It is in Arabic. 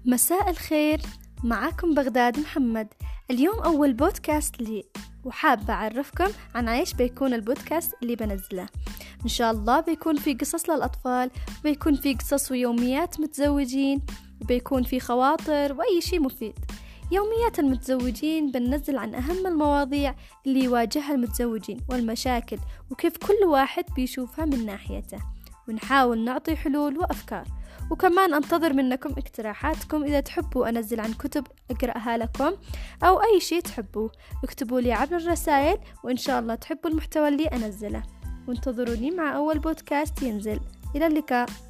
مساء الخير، معكم بغداد محمد. اليوم أول بودكاست لي، وحابة أعرفكم عن عيش بيكون البودكاست اللي بنزله. إن شاء الله بيكون في قصص للأطفال، وبيكون في قصص ويوميات متزوجين، وبيكون في خواطر وأي شيء مفيد. يوميات المتزوجين بننزل عن أهم المواضيع اللي يواجهها المتزوجين والمشاكل وكيف كل واحد بيشوفها من ناحيته، ونحاول نعطي حلول وأفكار. وكمان أنتظر منكم اقتراحاتكم إذا تحبوا أنزل عن كتب أقرأها لكم أو أي شيء تحبوه. اكتبوا لي عبر الرسائل، وإن شاء الله تحبوا المحتوى اللي أنزله. وانتظروني مع أول بودكاست ينزل. إلى اللقاء.